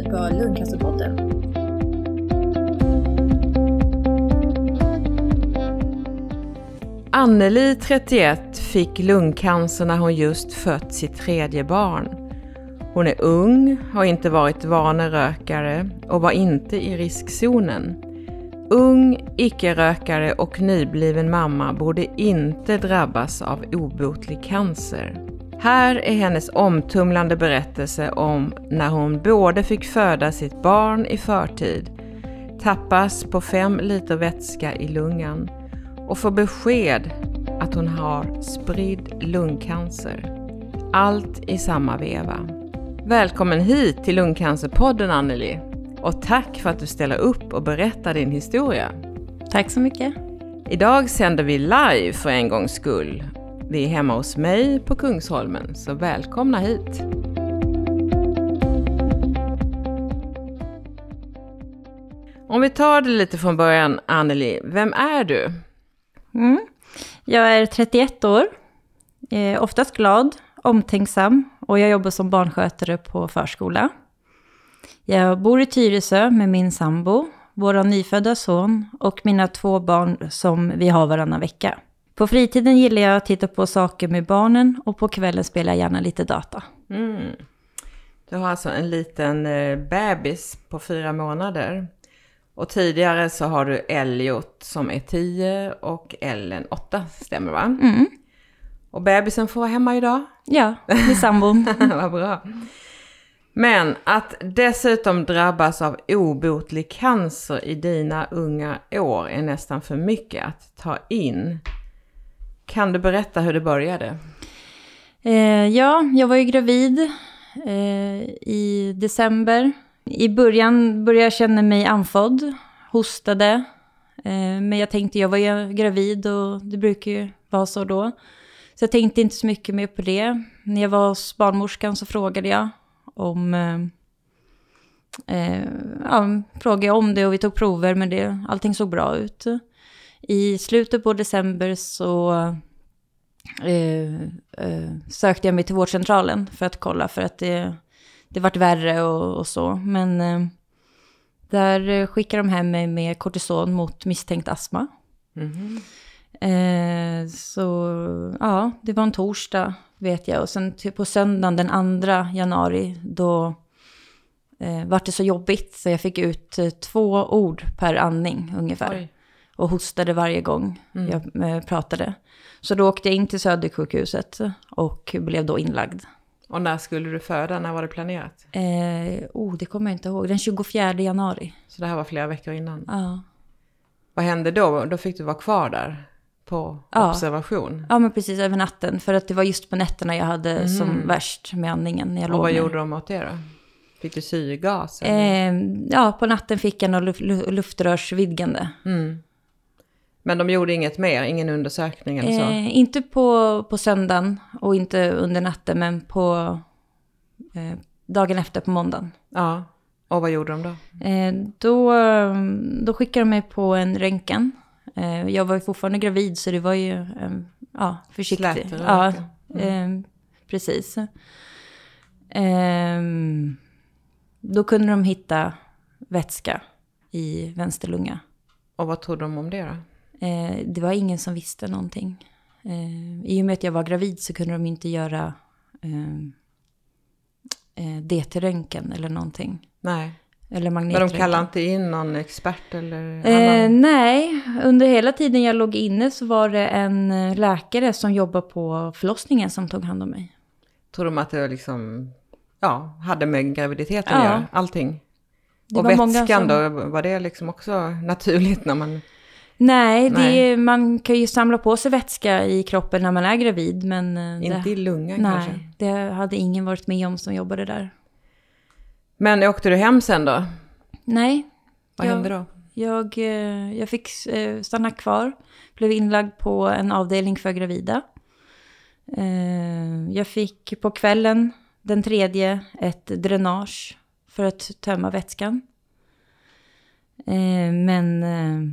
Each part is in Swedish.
ni på Lungcancerpodden. Anneli, 31, fick lungcancer när hon just fött sitt 3:e barn. Hon är ung, har inte varit vanerökare och var inte i riskzonen. Ung, icke-rökare och nybliven mamma borde inte drabbas av obotlig cancer. Här är hennes omtumlande berättelse om när hon både fick föda sitt barn i förtid, tappas på 5 liter vätska i lungan och få besked att hon har spridd lungcancer. Allt i samma veva. Välkommen hit till Lungcancerpodden, Anneli. Och tack för att du ställer upp och berättar din historia. Tack så mycket. Idag sänder vi live för en gångs skull. Vi är hemma hos mig på Kungsholmen, så välkomna hit. Om vi tar det lite från början, Anneli, vem är du? Jag är 31 år, oftast glad, omtänksam och jag jobbar som barnskötare på förskola. Jag bor i Tyresö med min sambo, vår nyfödda son och mina 2 barn som vi har varannan vecka. På fritiden gillar jag att titta på saker med barnen och på kvällen spelar jag gärna lite data. Du har alltså en liten bebis på 4 månader. Och tidigare så har du Elliot som är 10 och Ellen 8, stämmer va? Och bebisen får vara hemma idag? Ja, med sambon. Vad bra. Men att dessutom drabbas av obotlig cancer i dina unga år är nästan för mycket att ta in. Kan du berätta hur det började? Ja, jag var ju gravid i december. I början började jag känna mig andfådd, hostade. Men jag tänkte, jag var ju gravid och det brukar ju vara så då. Så jag tänkte inte så mycket mer på det. När jag var hos barnmorskan så frågade jag om det och vi tog prover, men allting såg bra ut. I slutet på december så sökte jag mig till vårdcentralen för att kolla, för att det vart värre och så. Men där skickade de hem mig med kortison mot misstänkt astma. Så ja, det var en torsdag vet jag. Och sen på söndagen den 2 januari då var det så jobbigt så jag fick ut 2 ord per andning ungefär. Oj. Och hostade varje gång jag pratade. Så då åkte jag in till Södersjukhuset och blev då inlagd. Och när skulle du föda? När var det planerat? Det kommer jag inte ihåg. Den 24 januari. Så det här var flera veckor innan? Ja. Vad hände då? Då fick du vara kvar där på observation? Ja, men precis över natten. För att det var just på nätterna jag hade som värst med andningen. När jag och vad gjorde de åt det då? Fick du syrgas? Ja, på natten fick jag något luftrörsvidgande. Men de gjorde inget mer? Ingen undersökning eller så? Inte på söndagen och inte under natten, men på dagen efter på måndagen. Ja, och vad gjorde de då? Då skickade de mig på en röntgen. Jag var ju fortfarande gravid så det var ju försiktigt. Ja, precis. Då kunde de hitta vätska i vänsterlunga. Och vad trodde de om det då? Det var ingen som visste någonting. I och med att jag var gravid så kunde de inte göra DT-röntgen eller någonting. Nej. Eller magnetröntgen. Men de kallade inte in någon expert eller nej, under hela tiden jag låg inne så var det en läkare som jobbar på förlossningen som tog hand om mig. Tror de att det liksom, hade med graviditeten att göra? Allting? Och vätskan då, var det liksom också naturligt när man... Nej. Man kan ju samla på sig vätska i kroppen när man är gravid. Men inte i lungan kanske? Nej, det hade ingen varit med om som jobbade där. Men åkte du hem sen då? Nej. Vad hände då? Jag fick stanna kvar. Blev inlagd på en avdelning för gravida. Jag fick på kvällen den 3:e ett dränage för att tömma vätskan. Men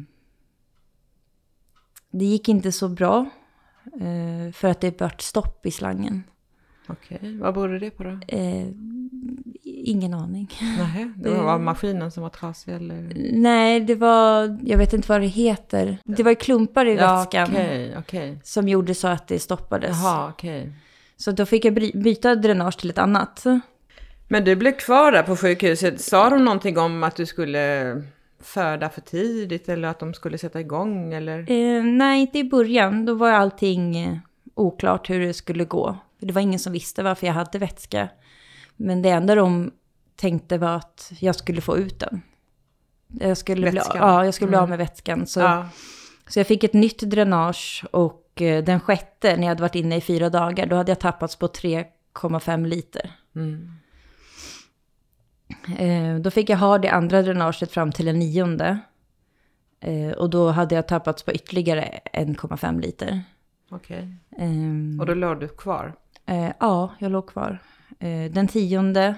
det gick inte så bra för att det vart stopp i slangen. Okej, vad berodde det på då? ingen aning. Nej, det var maskinen som var trasig eller? Nej, det var, jag vet inte vad det heter. Det var klumpar i vätskan okej. som gjorde så att det stoppades. Jaha, okej. Så då fick jag byta dränage till ett annat. Men du blev kvar där på sjukhuset. Sa de någonting om att du skulle föda för tidigt eller att de skulle sätta igång? Eller? Nej, inte i början. Då var allting oklart hur det skulle gå. Det var ingen som visste varför jag hade vätska. Men det enda de tänkte var att jag skulle få ut den. Jag skulle bli av med vätskan. Så jag fick ett nytt dränage och den 6:e, när jag hade varit inne i 4 dagar, då hade jag tappats på 3,5 liter. Då fick jag ha det andra dränaget fram till den 9:e. Och då hade jag tappats på ytterligare 1,5 liter. Okej. Och då låg du kvar? Ja, jag låg kvar. Den 10:e...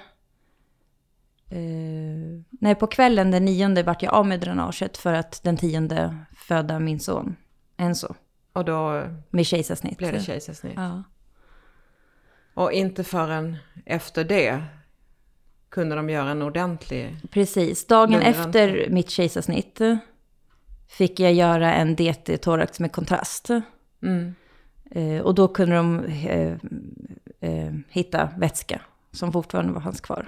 nej, på kvällen den 9:e vart jag av med dränaget för att den 10:e födde min son Enzo. Och då med kejsarsnitt. Blev det kejsarsnitt? Ja. Och inte förrän efter det kunde de göra en ordentlig... Precis, dagen efter mitt kejsarsnitt fick jag göra en DT-thorax med kontrast. Och då kunde de hitta vätska som fortfarande fanns kvar.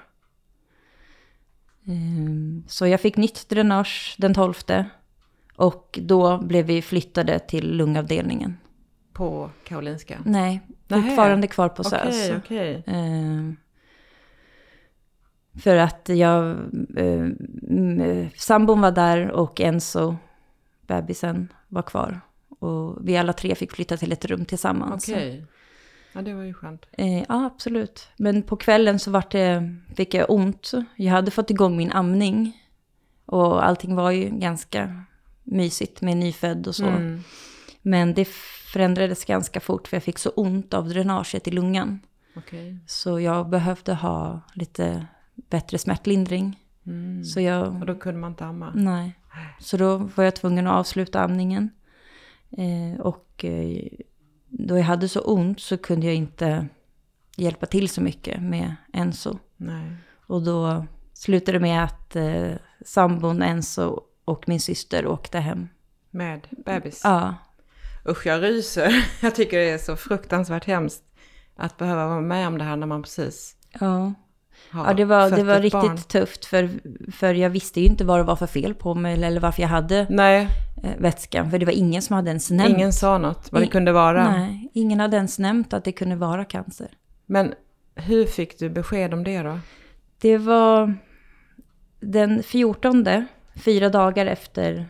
Så jag fick nytt dränage den 12:e. Och då blev vi flyttade till lungavdelningen. På Karolinska? Nej, fortfarande kvar på SÖS. Okej. För att sambon var där och Enzo, bebisen, var kvar. Och vi alla 3 fick flytta till ett rum tillsammans. Okej. Ja, det var ju skönt. Ja, absolut. Men på kvällen så fick jag ont. Jag hade fått igång min amning. Och allting var ju ganska mysigt med nyfödd och så. Men det förändrades ganska fort för jag fick så ont av dränaget i lungan. Okay. Så jag behövde ha lite bättre smärtlindring. Så och då kunde man inte amma? Nej. Så då var jag tvungen att avsluta amningen. Och då jag hade så ont så kunde jag inte hjälpa till så mycket med Enzo. Nej. Och då slutade det med att sambon Enzo och min syster åkte hem. Med bebis? Ja. Usch, jag ryser. Jag tycker det är så fruktansvärt hemskt att behöva vara med om det här när man precis det var riktigt tufft. För jag visste ju inte vad det var för fel på mig eller varför jag hade vätskan. För det var ingen som hade ens nämnt. Ingen sa något vad det kunde vara? Nej, ingen hade ens nämnt att det kunde vara cancer. Men hur fick du besked om det då? Det var den 14:e, 4 dagar efter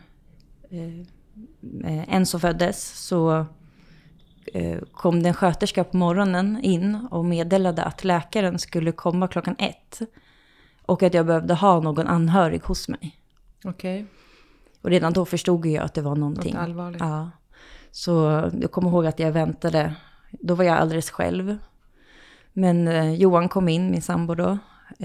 Enzo föddes, så kom den sköterska på morgonen in och meddelade att läkaren skulle komma 1:00 och att jag behövde ha någon anhörig hos mig. Okej. Och redan då förstod jag att det var någonting. Något allvarligt. Ja. Så jag kommer ihåg att jag väntade. Då var jag alldeles själv. Men Johan kom in, min sambo då.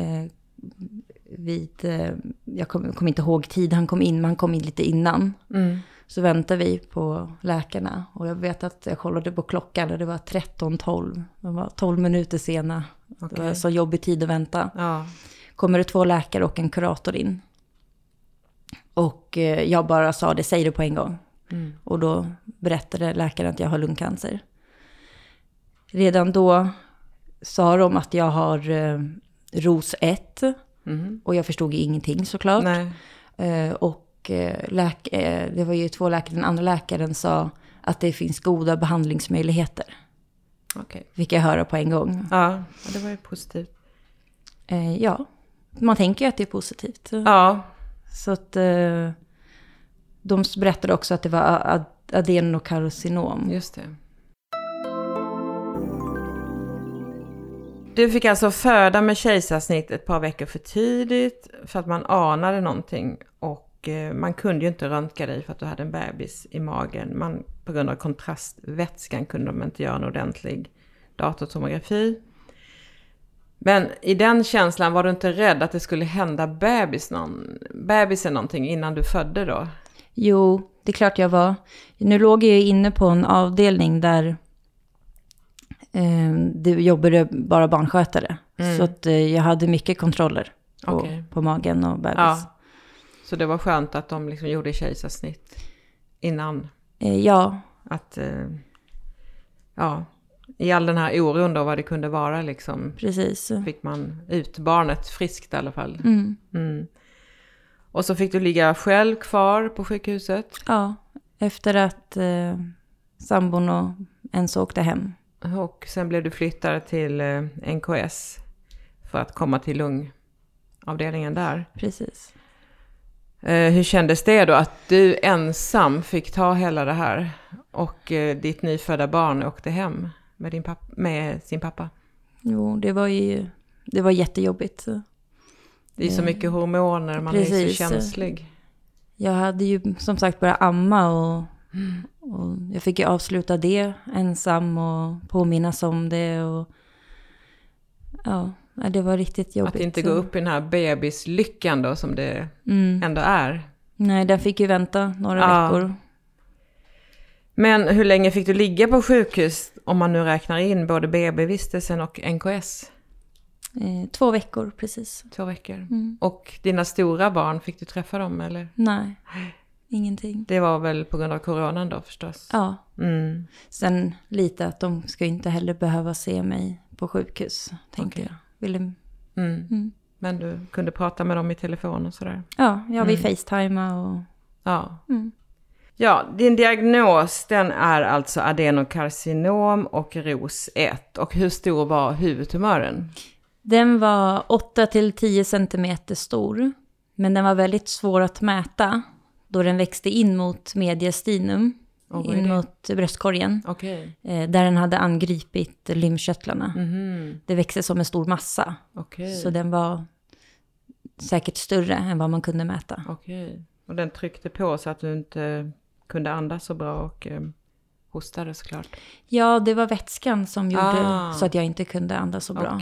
Jag kommer inte ihåg tid han kom in, men han kom in lite innan. Så väntade vi på läkarna. Och jag vet att jag kollade på klockan och det var 13:12. De var 12 minuter sena. Okay. Det var så jobbig tid att vänta. Ja. Kommer det 2 läkare och en kurator in. Och jag bara sa det, säg det på en gång. Och då berättade läkaren att jag har lungcancer. Redan då sa de att jag har ROS 1. Och jag förstod ju ingenting såklart. Nej. Och det var ju 2 läkare. Den andra läkaren sa att det finns goda behandlingsmöjligheter. Okay. Fick jag höra på en gång. Ja, det var ju positivt. Ja, man tänker ju att det är positivt. Ja. Så att de berättade också att det var adenokarcinom. Just det. Du fick alltså föda med kejsarsnitt ett par veckor för tidigt för att man anade någonting. Och man kunde ju inte röntga dig för att du hade en bebis i magen. På grund av kontrastvätskan kunde de inte göra en ordentlig datortomografi. Men i den känslan var du inte rädd att det skulle hända bebisen någonting innan du födde då? Jo, det är klart jag var. Nu låg jag inne på en avdelning där det jobbade bara barnskötare. Så att jag hade mycket kontroller på magen och bebis. Ja. Så det var skönt att de liksom gjorde kejsarsnitt innan? Ja. Att, i all den här oron då vad det kunde vara liksom. Precis. Fick man ut barnet friskt i alla fall. Och så fick du ligga själv kvar på sjukhuset? Ja, efter att sambon och ens åkte hem. Och sen blev du flyttad till NKS för att komma till lungavdelningen där. Precis. Hur kändes det då att du ensam fick ta hela det här och ditt nyfödda barn åkte hem med sin pappa? Jo, det var jättejobbigt. Det är så mycket hormoner, man är så känslig. Jag hade ju som sagt börjat amma och jag fick ju avsluta det ensam och påminnas om det. Och ja, det var riktigt jobbigt. Att inte gå upp i den här bebislyckan då som det ändå är. Nej, den fick ju vänta några veckor. Men hur länge fick du ligga på sjukhus om man nu räknar in både BB-vistelsen och NKS? 2 veckor, precis. 2 veckor. Och dina stora barn, fick du träffa dem eller? Nej, ingenting. Det var väl på grund av coronan då förstås? Ja. Sen lite att de ska inte heller behöva se mig på sjukhus, tänkte jag. Men du kunde prata med dem i telefon och sådär? Ja, vi facetimade och... Ja. Ja, din diagnos den är alltså adenokarcinom och ROS 1. Och hur stor var huvudtumören? Den var 8-10 centimeter stor. Men den var väldigt svår att mäta då den växte in mot mediastinum. In mot bröstkorgen. Där den hade angripit lymfkörtlarna. Det växte som en stor massa. Så den var säkert större än vad man kunde mäta. Och den tryckte på så att du inte kunde andas så bra och hostade såklart. Ja, det var vätskan som gjorde så att jag inte kunde andas så bra.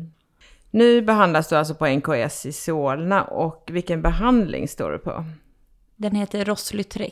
Nu behandlas du alltså på NKS i Solna och vilken behandling står du på? Den heter Roslytrek.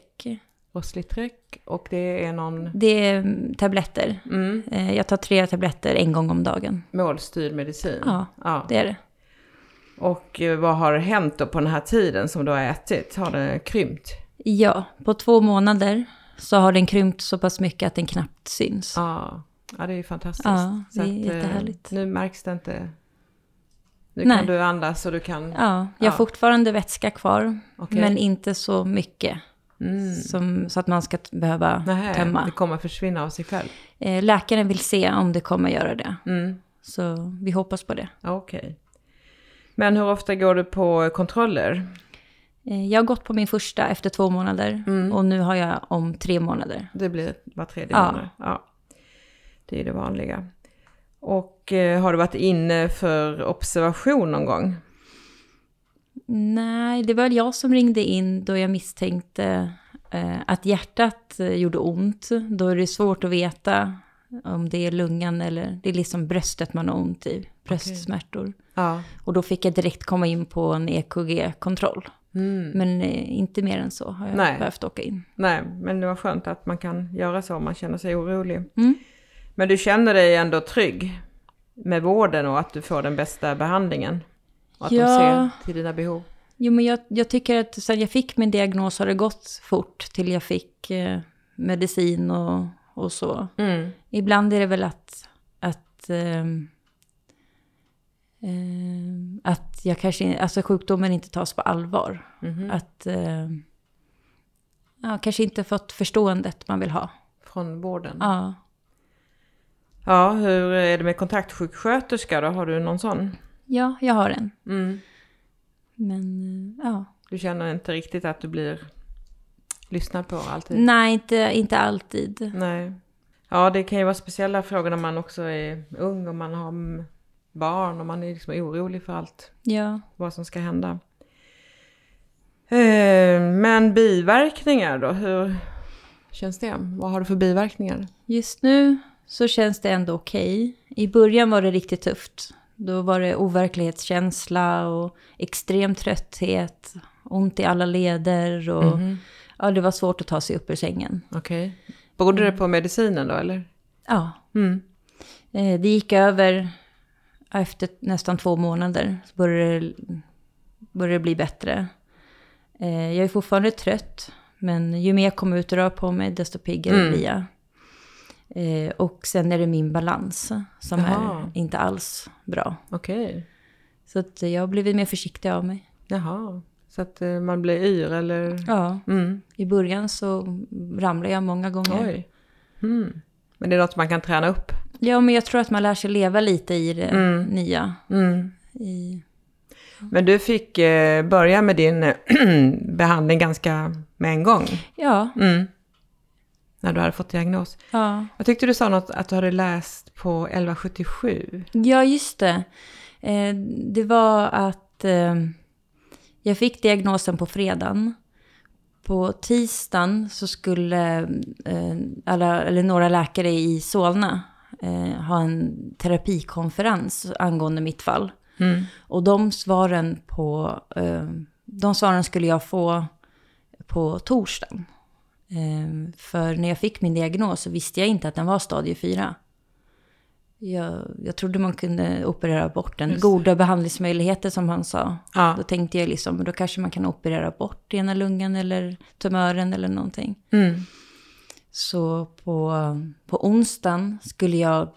Och det är någon... Det är tabletter. Jag tar 3 tabletter 1 gång om dagen. Målstyrd medicin? Ja, det är det. Och vad har hänt då på den här tiden som du har ätit? Har det krympt? Ja, på 2 månader så har den krympt så pass mycket att den knappt syns. Ja, det är ju fantastiskt. Ja, det är jättehärligt. Nu märks det inte. Nu kan du andas och du kan... Ja, jag har fortfarande vätska kvar. Men inte så mycket. Så att man ska behöva tömma. Det kommer försvinna av sig själv. Läkaren vill se om det kommer göra det. Så vi hoppas på det. Men hur ofta går du på kontroller? Jag har gått på min första efter 2 månader. Och nu har jag om 3 månader. Det blir var 3:e månad. Ja. Det är det vanliga. Och har du varit inne för observation någon gång? Nej, det var jag som ringde in då jag misstänkte att hjärtat gjorde ont. Då är det svårt att veta om det är lungan eller det är liksom bröstet man har ont i. Bröstsmärtor. Och då fick jag direkt komma in på en EKG-kontroll. Men inte mer än så har jag behövt åka in. Nej, men det var skönt att man kan göra så om man känner sig orolig. Men du känner dig ändå trygg med vården och att du får den bästa behandlingen? Och att de ser till dina behov? Jo, men jag tycker att sen jag fick min diagnos har det gått fort till jag fick medicin och så. Ibland är det väl att jag kanske, alltså sjukdomen inte tas på allvar. Att kanske inte fått förståendet man vill ha. Från vården? Ja. Ja, hur är det med kontaktsjuksköterska då? Har du någon sån? Ja, jag har en. Men ja. Du känner inte riktigt att du blir lyssnad på alltid? Nej, inte alltid. Nej. Ja, det kan ju vara speciella frågor när man också är ung och man har barn och man är liksom orolig för allt. Ja. Vad som ska hända. Men biverkningar då? Hur känns det? Vad har du för biverkningar? Just nu så känns det ändå okej. I början var det riktigt tufft. Då var det overklighetskänsla och extrem trötthet, ont i alla leder och ja, det var svårt att ta sig upp ur sängen. Okej. Berodde det på medicinen då eller? Ja. Det gick över efter nästan 2 månader så började det bli bättre. Jag är fortfarande trött, men ju mer jag kommer ut och rör på mig, desto piggare blir jag. Och sen är det min balans som är inte alls bra. Okej. Så att jag har blivit mer försiktig av mig. Jaha, så att man blir yr eller? Ja, i början så ramlade jag många gånger. Oj. Men det är något man kan träna upp? Ja, men jag tror att man lär sig leva lite i det nya. Men du fick börja med din behandling ganska med en gång? Ja. När du hade fått diagnos. Ja. Jag tyckte du sa något att du hade läst på 1177. Ja, just det. Det var att jag fick diagnosen på fredagen. På tisdagen så skulle några läkare i Solna ha en terapikonferens angående mitt fall. Och de svaren skulle jag få på torsdagen. För när jag fick min diagnos så visste jag inte att den var stadie 4. Jag trodde man kunde operera bort den. Goda behandlingsmöjligheter som han sa. Ja. Då tänkte jag liksom, då kanske man kan operera bort ena lungan eller tumören eller någonting. Så på onsdagen skulle jag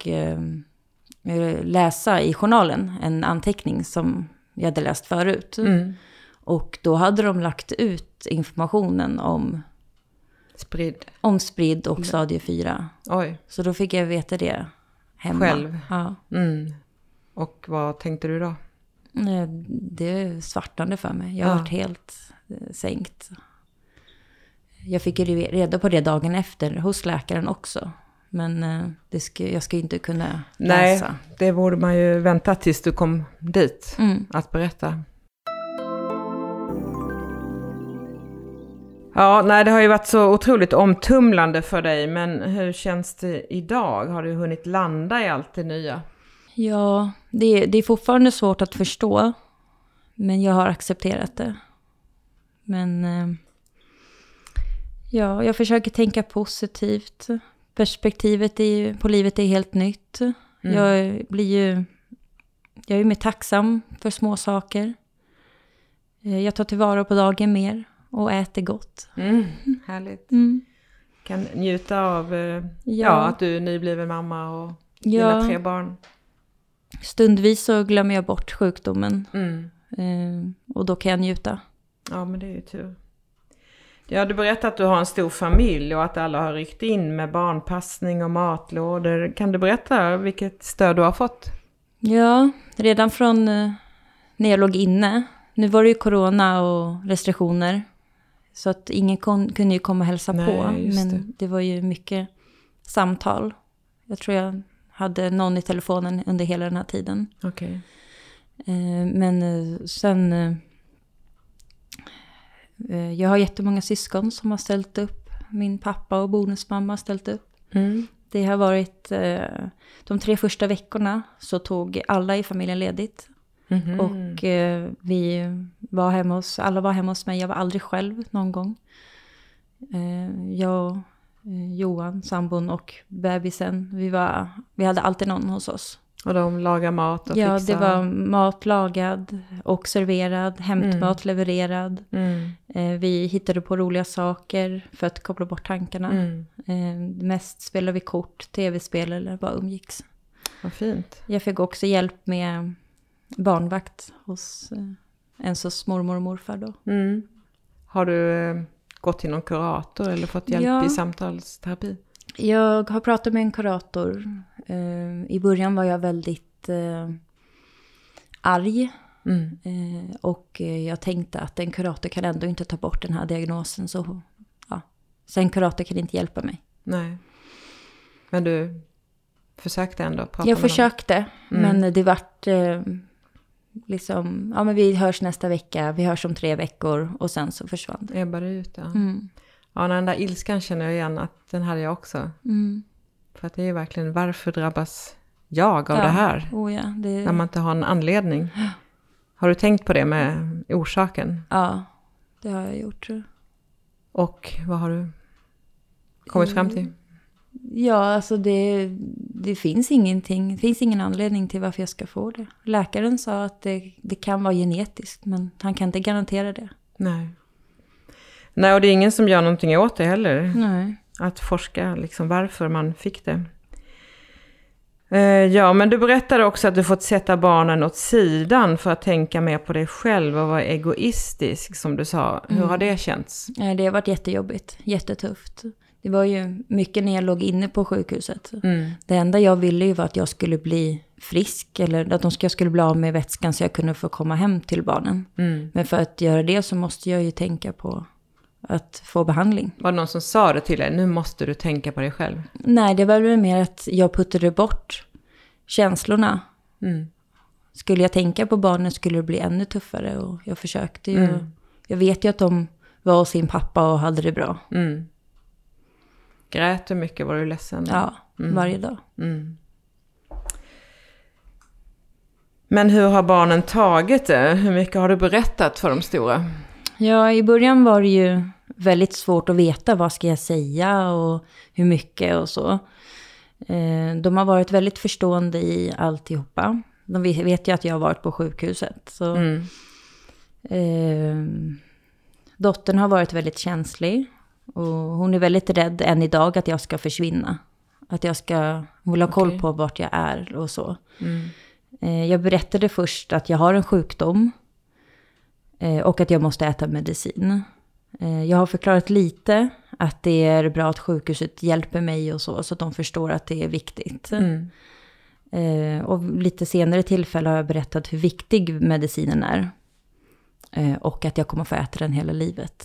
läsa i journalen en anteckning som jag hade läst förut. Och då hade de lagt ut informationen om spridd och stadie 4. Oj. Så då fick jag veta det hemma. Själv? Ja. Och vad tänkte du då? Det svartnade för mig. Jag har varit helt sänkt. Jag fick reda på det dagen efter hos läkaren också. Men jag ska inte kunna läsa. Nej, det borde man ju vänta tills du kom dit att berätta. Ja, nej, det har ju varit så otroligt omtumlande för dig. Men hur känns det idag? Har du hunnit landa i allt det nya? Ja, det är fortfarande svårt att förstå. Men jag har accepterat det. Men jag försöker tänka positivt. Perspektivet på livet är helt nytt. Jag är mer tacksam för små saker. Jag tar tillvara på dagen mer och äter gott. Härligt. Kan njuta av att du är nybliven mamma och dina 3 barn. Stundvis så glömmer jag bort sjukdomen. Och då kan jag njuta. Ja, men det är ju tur. Ja, du berättade att du har en stor familj och att alla har ryckt in med barnpassning och matlådor. Kan du berätta vilket stöd du har fått? Ja, redan från när jag låg inne. Nu var det ju corona och restriktioner. Så att ingen kunde ju komma och hälsa på. Men det var ju mycket samtal. Jag tror jag hade någon i telefonen under hela den här tiden. Okej. Men sen... Jag har jättemånga syskon som har ställt upp. Min pappa och bonusmamma har ställt upp. Det har varit... de 3 första veckorna så tog alla i familjen ledigt. Och vi var hemma alla var hemma hos mig. Jag var aldrig själv någon gång. Jag, Johan, sambon och bebisen. Vi hade alltid någon hos oss. Och de lagar mat och fixar? Ja, det var mat lagad och serverad. Hämtmat levererad. Vi hittade på roliga saker för att koppla bort tankarna. Mest spelade vi kort, tv-spel eller bara umgicks. Vad fint. Jag fick också hjälp med barnvakt hos Ensos mormor och morfar då. Har du gått till någon kurator eller fått hjälp i samtalsterapi? Jag har pratat med en kurator. I början var jag väldigt arg. Och jag tänkte att en kurator kan ändå inte ta bort den här diagnosen. Så en kurator kan inte hjälpa mig. Nej. Men du försökte ändå prata med Jag försökte, men det vart... liksom, men vi hörs nästa vecka, vi hörs om 3 veckor och sen så försvann det. Ebbade ut, ja. Ja, den där ilskan känner jag igen att den hade jag också. För att det är ju verkligen, varför drabbas jag av det här? När man inte har en anledning. Har du tänkt på det med orsaken? Ja, det har jag gjort. Och vad har du kommit fram till? Ja, alltså det finns ingenting. Det finns ingen anledning till varför jag ska få det. Läkaren sa att det kan vara genetiskt, men han kan inte garantera det. Nej, och det är ingen som gör någonting åt det heller. Nej. Att forska liksom varför man fick det. Ja, men du berättade också att du fått sätta barnen åt sidan för att tänka mer på dig själv och vara egoistisk, som du sa. Hur har det känts? Det har varit jättejobbigt, jättetufft. Det var ju mycket när jag låg inne på sjukhuset. Det enda jag ville ju var att jag skulle bli frisk, eller att jag skulle bli av med vätskan så jag kunde få komma hem till barnen. Men för att göra det så måste jag ju tänka på att få behandling. Var det någon som sa det till dig? Nu måste du tänka på dig själv. Nej, det var väl mer att jag puttade bort känslorna. Skulle jag tänka på barnen skulle det bli ännu tuffare. Och jag försökte ju. Jag vet ju att de var hos sin pappa och hade det bra. Grät du mycket? Var du ledsen? Ja, varje dag. Men hur har barnen tagit det? Hur mycket har du berättat för de stora? Ja, i början var det ju väldigt svårt att veta vad ska jag säga och hur mycket och så. De har varit väldigt förstående i alltihopa. De vet ju att jag har varit på sjukhuset. Så. Dottern har varit väldigt känslig. Och hon är väldigt rädd än idag att jag ska försvinna. Att hon vill ha koll på vart jag är och så. Jag berättade först att jag har en sjukdom. Och att jag måste äta medicin. Jag har förklarat lite att det är bra att sjukhuset hjälper mig och så att de förstår att det är viktigt. Och lite senare tillfälle har jag berättat hur viktig medicinen är. Och att jag kommer få äta den hela livet.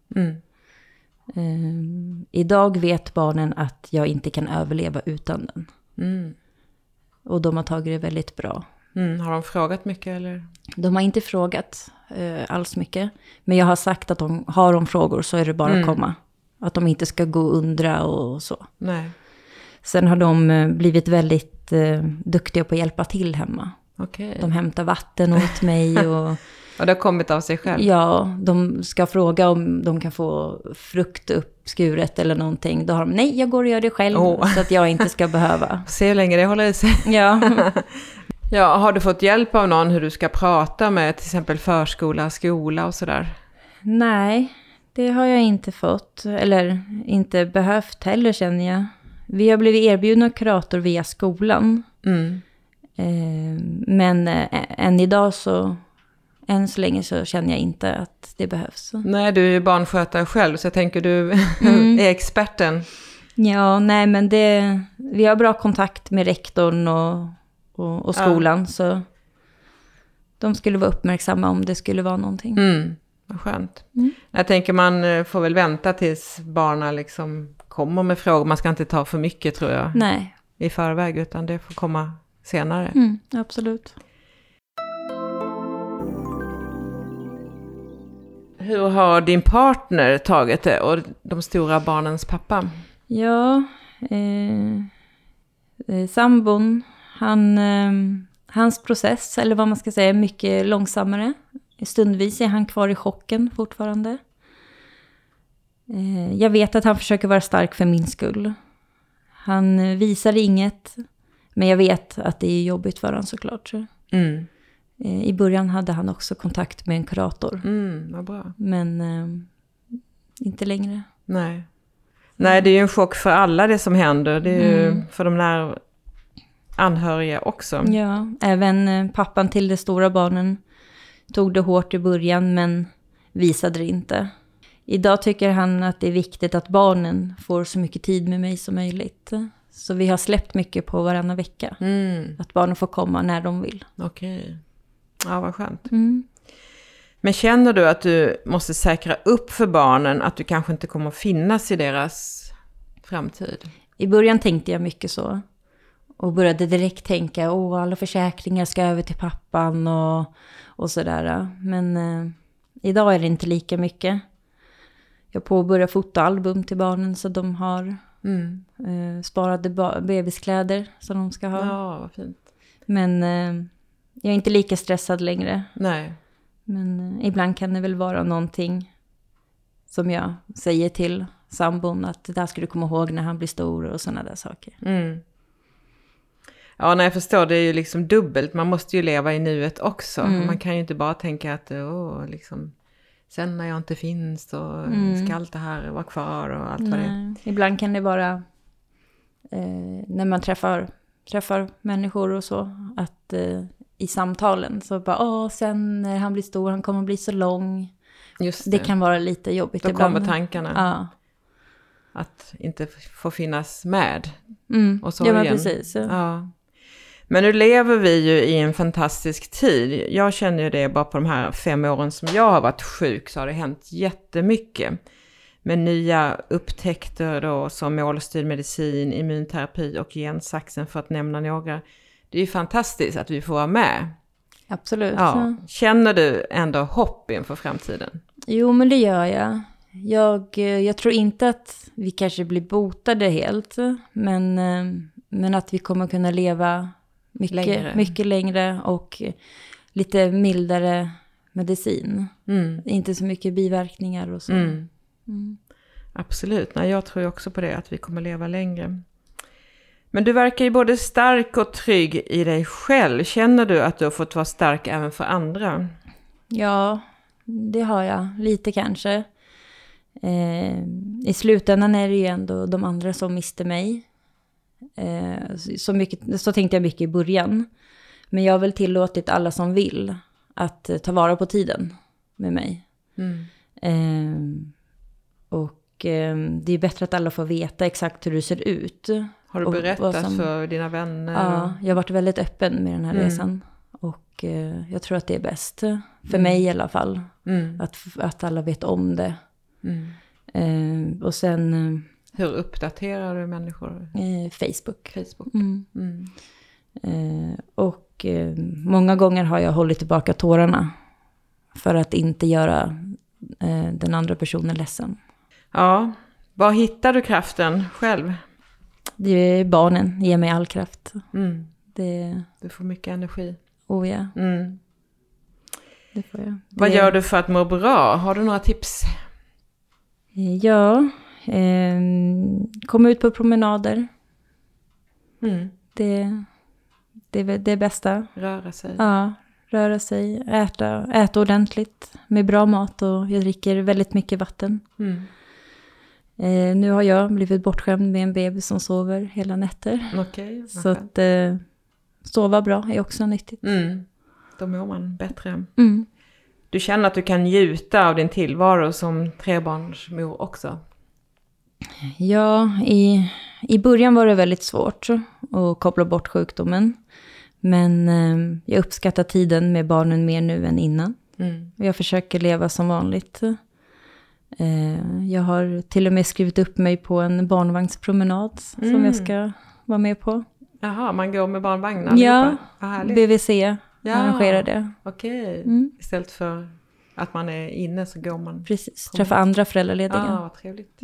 Idag vet barnen att jag inte kan överleva utan den. Och de har tagit det väldigt bra. Har de frågat mycket eller? De har inte frågat alls mycket. Men jag har sagt att har de frågor så är det bara att komma. Att de inte ska gå och undra och så. Nej. Sen har de blivit väldigt duktiga på att hjälpa till hemma. Okay. De hämtar vatten åt mig. Och det har kommit av sig själv? Ja, de ska fråga om de kan få frukt uppskuret eller någonting. Då har de, nej jag går och gör det själv så att jag inte ska behöva. Se hur länge det håller i sig. Ja. Ja, har du fått hjälp av någon hur du ska prata med till exempel förskola, skola och sådär? Nej, det har jag inte fått. Eller inte behövt heller känner jag. Vi har blivit erbjudna kurator via skolan. Men än idag så, än så länge så känner jag inte att det behövs. Nej, du är ju barnskötare själv så jag tänker du är experten. Ja, nej men vi har bra kontakt med rektorn och skolan så de skulle vara uppmärksamma om det skulle vara någonting. Vad skönt. Jag tänker man får väl vänta tills barnen liksom kommer med frågor. Man ska inte ta för mycket tror jag. Nej. I förväg utan det får komma senare. Absolut. Hur har din partner tagit det och de stora barnens pappa? Ja, sambon, hans process, eller vad man ska säga, är mycket långsammare. Stundvis är han kvar i chocken fortfarande. Jag vet att han försöker vara stark för min skull. Han visar inget, men jag vet att det är jobbigt för honom såklart. I början hade han också kontakt med en kurator. Vad bra. Men inte längre. Nej, det är ju en chock för alla det som händer. Det är ju för de där anhöriga också. Ja, även pappan till de stora barnen tog det hårt i början men visade det inte. Idag tycker han att det är viktigt att barnen får så mycket tid med mig som möjligt. Så vi har släppt mycket på varannan vecka. Att barnen får komma när de vill. Okej. Ja, vad skönt. Men känner du att du måste säkra upp för barnen att du kanske inte kommer att finnas i deras framtid? I början tänkte jag mycket så. Och började direkt tänka, alla försäkringar ska över till pappan och sådär. Men idag är det inte lika mycket. Jag påbörjar fotoalbum till barnen så de har sparade bebiskläder som de ska ha. Ja, vad fint. Men jag är inte lika stressad längre. Nej. Men ibland kan det väl vara någonting som jag säger till sambon att det där ska du komma ihåg när han blir stor och sådana där saker. Mm. Ja, när jag förstår, det är ju liksom dubbelt. Man måste ju leva i nuet också. Man kan ju inte bara tänka att liksom, sen när jag inte finns så ska allt det här vara kvar och allt vad det är. Ibland kan det vara när man träffar människor och så, att i samtalen så bara, sen när han blir stor, han kommer bli så lång. Just det kan vara lite jobbigt då ibland. Då kommer tankarna. Ja. Att inte få finnas med. Och så men precis. Ja. Men nu lever vi ju i en fantastisk tid. Jag känner ju det bara på de här 5 åren som jag har varit sjuk, så har det hänt jättemycket. Med nya upptäckter då, som målstyrd medicin, immunterapi och gensaxen, för att nämna några. Det är ju fantastiskt att vi får vara med. Absolut. Ja. Känner du ändå hopp inför framtiden? Jo, men det gör jag. Jag tror inte att vi kanske blir botade helt, men att vi kommer kunna leva mycket längre och lite mildare medicin. Inte så mycket biverkningar och så. Absolut. Nej, jag tror också på det, att vi kommer leva längre. Men du verkar ju både stark och trygg i dig själv. Känner du att du har fått vara stark även för andra? Ja, det har jag. Lite kanske. I slutändan är det ju ändå de andra som mister mig. Så tänkte jag mycket i början. Men jag har väl tillåtit alla som vill att ta vara på tiden med mig. Och det är bättre att alla får veta exakt hur du ser ut. Har du berättat för dina vänner? Ja, jag har varit väldigt öppen med den här resan. Och jag tror att det är bäst. För mig i alla fall. Att alla vet om det. Och sen... Hur uppdaterar du människor? Facebook. Och många gånger har jag hållit tillbaka tårarna. För att inte göra den andra personen ledsen. Ja, var hittar du kraften själv? Det är barnen, ger mig all kraft. Du får mycket energi. Oh ja. Det får jag. Vad gör du för att må bra? Har du några tips? Ja, komma ut på promenader. Det är det bästa. Röra sig. Ja, röra sig. Äta ordentligt med bra mat, och jag dricker väldigt mycket vatten. Nu har jag blivit bortskämd med en bebis som sover hela nätter. Okej. Så att sova bra är också nyttigt. Då mår man bättre. Du känner att du kan njuta av din tillvaro som trebarnsmor också? Ja, i början var det väldigt svårt att koppla bort sjukdomen. Men jag uppskattar tiden med barnen mer nu än innan. Jag försöker leva som vanligt. Jag har till och med skrivit upp mig på en barnvagnspromenad som jag ska vara med på. Jaha, man går med barnvagnar? Ja, BVC arrangerar det. Okej. Istället för att man är inne så går man... Precis, träffa andra föräldralediga. Ja, vad trevligt.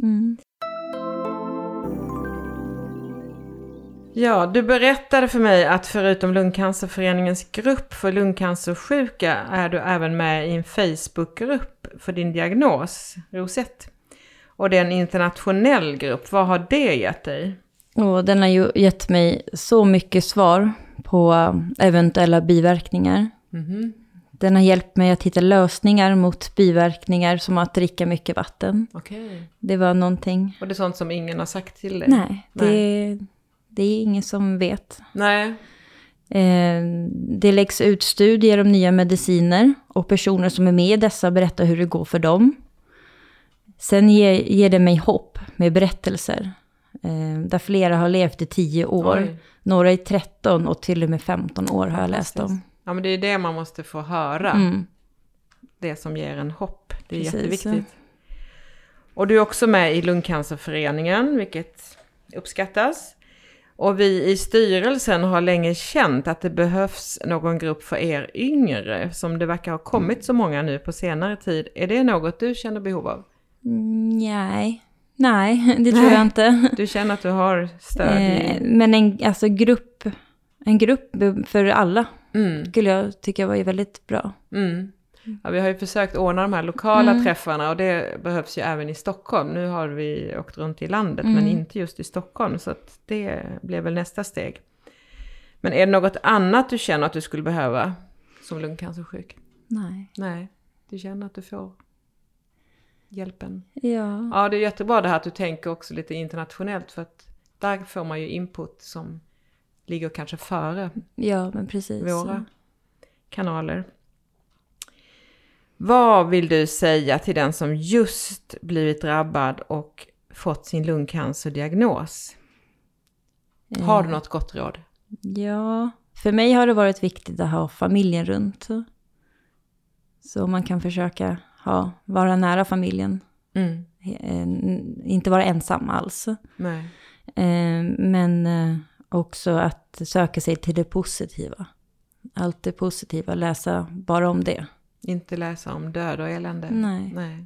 Ja, du berättade för mig att förutom Lungcancerföreningens grupp för lungcancersjuka är du även med i en Facebookgrupp för din diagnos, Rosette. Och det är en internationell grupp. Vad har det gett dig? Den har ju gett mig så mycket svar på eventuella biverkningar. Den har hjälpt mig att hitta lösningar mot biverkningar, som att dricka mycket vatten. Okej. Det var någonting. Och det är sånt som ingen har sagt till dig? Nej. Det är ingen som vet. Nej. Det läggs ut studier om nya mediciner, och personer som är med i dessa berättar hur det går för dem. Sen ger det mig hopp med berättelser. Där flera har levt i 10 år. Oj. Några i 13 och till och med 15 år har jag läst om. Ja, men det är det man måste få höra. Det som ger en hopp. Det är jätteviktigt. Och du är också med i Lungcancerföreningen, vilket uppskattas. Och vi i styrelsen har länge känt att det behövs någon grupp för er yngre, som det verkar ha kommit så många nu på senare tid. Är det något du känner behov av? Nej, det tror jag inte. Du känner att du har stöd men en grupp för alla skulle jag tycka var väldigt bra. Ja, vi har ju försökt ordna de här lokala träffarna och det behövs ju även i Stockholm. Nu har vi åkt runt i landet men inte just i Stockholm, så att det blir väl nästa steg. Men är det något annat du känner att du skulle behöva som lungcancersjuk? Nej, du känner att du får hjälpen. Ja, det är jättebra det här att du tänker också lite internationellt, för att där får man ju input som ligger kanske före men precis. Våra kanaler. Vad vill du säga till den som just blivit drabbad och fått sin lungcancerdiagnos? Har du något gott råd? Ja, för mig har det varit viktigt att ha familjen runt. Så man kan försöka vara nära familjen. Inte vara ensam alls. Nej. Men också att söka sig till det positiva. Allt det positiva, läsa bara om det. Inte läsa om död och elände. Nej.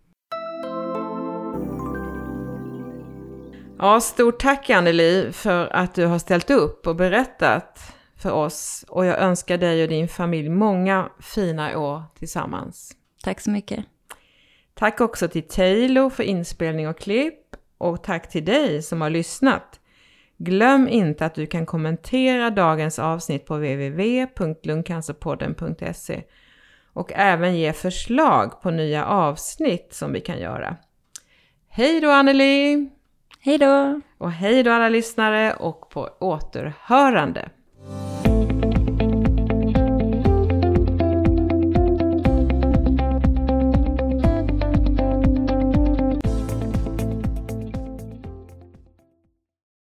Ja, stort tack Anneli för att du har ställt upp och berättat för oss. Och jag önskar dig och din familj många fina år tillsammans. Tack så mycket. Tack också till Taylor för inspelning och klipp. Och tack till dig som har lyssnat. Glöm inte att du kan kommentera dagens avsnitt på www.lungcancerpodden.se och även ge förslag på nya avsnitt som vi kan göra. Hej då Anneli! Hej då! Och hej då alla lyssnare och på återhörande!